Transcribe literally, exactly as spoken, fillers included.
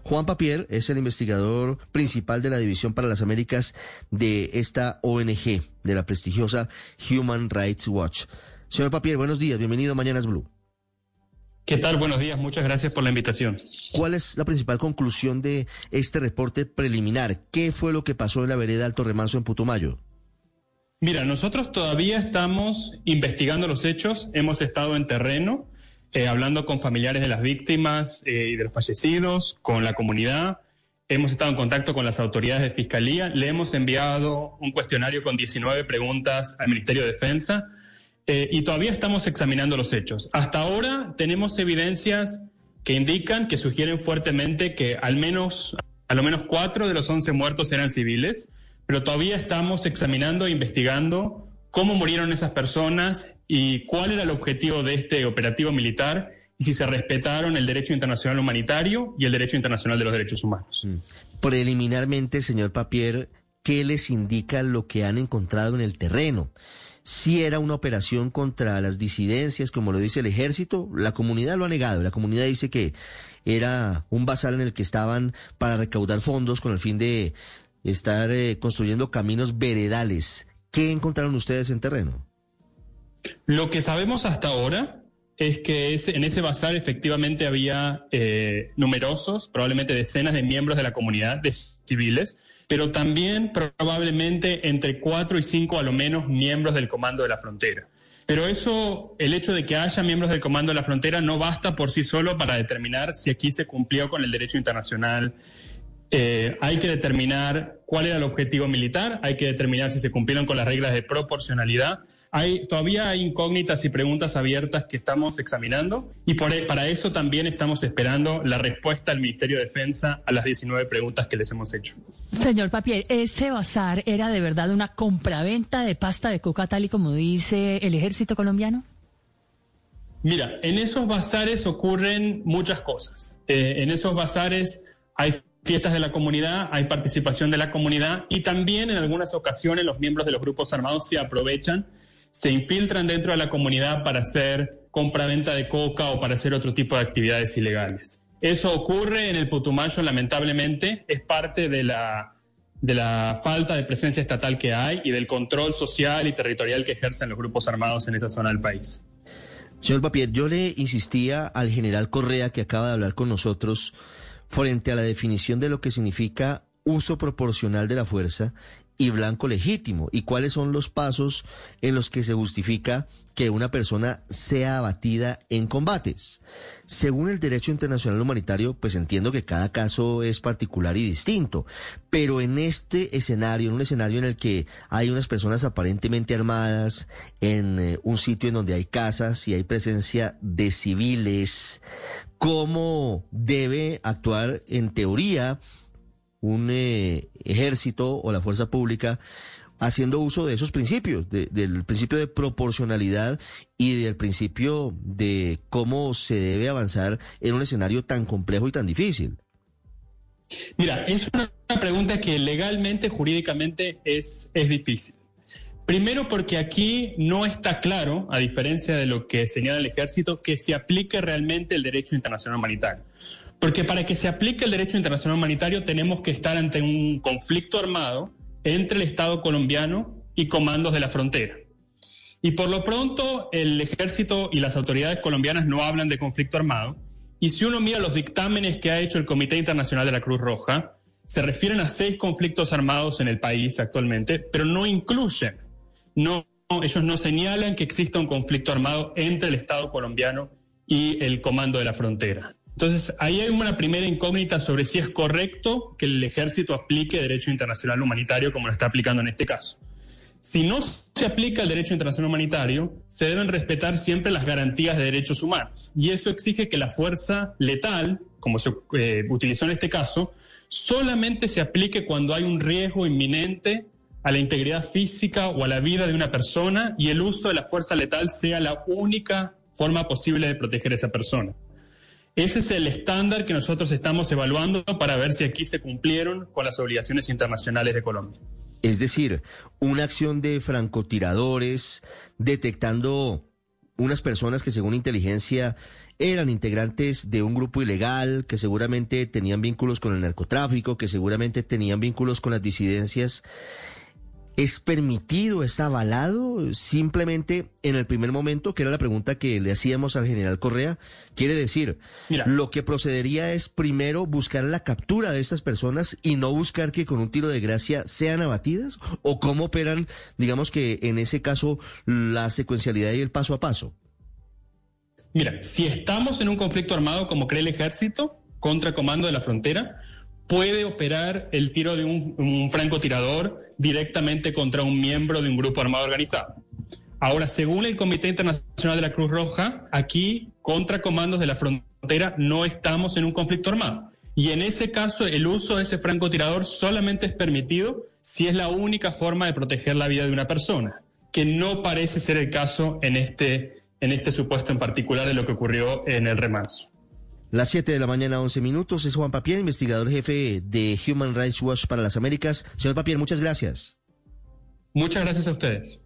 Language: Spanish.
Juan Papier es el investigador principal de la División para las Américas de esta O N G, de la prestigiosa Human Rights Watch. Señor Papier, buenos días, bienvenido a Mañanas Blue. ¿Qué tal? Buenos días, muchas gracias por la invitación. ¿Cuál es la principal conclusión de este reporte preliminar? ¿Qué fue lo que pasó en la vereda Alto Remanso en Putumayo? Mira, nosotros todavía estamos investigando los hechos, hemos estado en terreno, eh, hablando con familiares de las víctimas eh, y de los fallecidos, con la comunidad, hemos estado en contacto con las autoridades de Fiscalía, le hemos enviado un cuestionario con diecinueve preguntas al Ministerio de Defensa, Eh, y todavía estamos examinando los hechos. Hasta ahora tenemos evidencias que indican, que sugieren fuertemente que al menos, a lo menos cuatro de los once muertos eran civiles, pero todavía estamos examinando e investigando cómo murieron esas personas y cuál era el objetivo de este operativo militar y si se respetaron el derecho internacional humanitario y el derecho internacional de los derechos humanos. Preliminarmente, señor Papier, ¿qué les indica lo que han encontrado en el terreno? Si era una operación contra las disidencias, como lo dice el ejército, la comunidad lo ha negado. La comunidad dice que era un bazar en el que estaban para recaudar fondos con el fin de estar eh, construyendo caminos veredales. ¿Qué encontraron ustedes en terreno? Lo que sabemos hasta ahora es que ese, en ese bazar efectivamente había eh, numerosos, probablemente decenas de miembros de la comunidad, de civiles, pero también probablemente entre cuatro y cinco a lo menos miembros del Comando de la Frontera. Pero eso, el hecho de que haya miembros del Comando de la Frontera no basta por sí solo para determinar si aquí se cumplió con el derecho internacional. Eh, hay que determinar cuál era el objetivo militar, hay que determinar si se cumplieron con las reglas de proporcionalidad. Hay, todavía hay incógnitas y preguntas abiertas que estamos examinando y por, para eso también estamos esperando la respuesta del Ministerio de Defensa a las diecinueve preguntas que les hemos hecho. Señor Papier, ¿ese bazar era de verdad una compraventa de pasta de coca tal y como dice el ejército colombiano? Mira, en esos bazares ocurren muchas cosas. Eh, en esos bazares hay fiestas de la comunidad, hay participación de la comunidad y también en algunas ocasiones los miembros de los grupos armados se aprovechan, se infiltran dentro de la comunidad para hacer compraventa de coca o para hacer otro tipo de actividades ilegales. Eso ocurre en el Putumayo, lamentablemente, es parte de la, de la falta de presencia estatal que hay y del control social y territorial que ejercen los grupos armados en esa zona del país. Señor Papier, yo le insistía al general Correa, que acaba de hablar con nosotros, frente a la definición de lo que significa uso proporcional de la fuerza y blanco legítimo, y cuáles son los pasos en los que se justifica que una persona sea abatida en combates. Según el derecho internacional humanitario, pues entiendo que cada caso es particular y distinto, pero en este escenario, en un escenario en el que hay unas personas aparentemente armadas, en eh, un sitio en donde hay casas y hay presencia de civiles, ¿cómo debe actuar en teoría un eh, ejército o la fuerza pública haciendo uso de esos principios, de, del principio de proporcionalidad y del principio de cómo se debe avanzar en un escenario tan complejo y tan difícil? Mira, es una pregunta que legalmente, jurídicamente es, es difícil. Primero porque aquí no está claro, a diferencia de lo que señala el ejército, que se aplique realmente el derecho internacional humanitario. Porque para que se aplique el derecho internacional humanitario tenemos que estar ante un conflicto armado entre el Estado colombiano y comandos de la frontera. Y por lo pronto el ejército y las autoridades colombianas no hablan de conflicto armado. Y si uno mira los dictámenes que ha hecho el Comité Internacional de la Cruz Roja, se refieren a seis conflictos armados en el país actualmente, pero no incluyen, no, ellos no señalan que exista un conflicto armado entre el Estado colombiano y el comando de la frontera. Entonces, ahí hay una primera incógnita sobre si es correcto que el ejército aplique derecho internacional humanitario como lo está aplicando en este caso. Si no se aplica el derecho internacional humanitario, se deben respetar siempre las garantías de derechos humanos. Y eso exige que la fuerza letal, como se eh, utilizó en este caso, solamente se aplique cuando hay un riesgo inminente a la integridad física o a la vida de una persona y el uso de la fuerza letal sea la única forma posible de proteger a esa persona. Ese es el estándar que nosotros estamos evaluando para ver si aquí se cumplieron con las obligaciones internacionales de Colombia. Es decir, una acción de francotiradores detectando unas personas que según inteligencia eran integrantes de un grupo ilegal, que seguramente tenían vínculos con el narcotráfico, que seguramente tenían vínculos con las disidencias. ¿Es permitido, es avalado simplemente en el primer momento, que era la pregunta que le hacíamos al general Correa? Quiere decir, Mira. lo que procedería es primero buscar la captura de estas personas y no buscar que con un tiro de gracia sean abatidas, o cómo operan, digamos que en ese caso, la secuencialidad y el paso a paso. Mira, si estamos en un conflicto armado como cree el ejército contra Comando de la Frontera, puede operar el tiro de un, un francotirador directamente contra un miembro de un grupo armado organizado. Ahora, según el Comité Internacional de la Cruz Roja, aquí, contra Comandos de la Frontera, no estamos en un conflicto armado. Y en ese caso, el uso de ese francotirador solamente es permitido si es la única forma de proteger la vida de una persona, que no parece ser el caso en este, en este supuesto en particular de lo que ocurrió en el Remanso. Las siete de la mañana, once minutos. Es Juan Papier, investigador jefe de Human Rights Watch para las Américas. Señor Papier, muchas gracias. Muchas gracias a ustedes.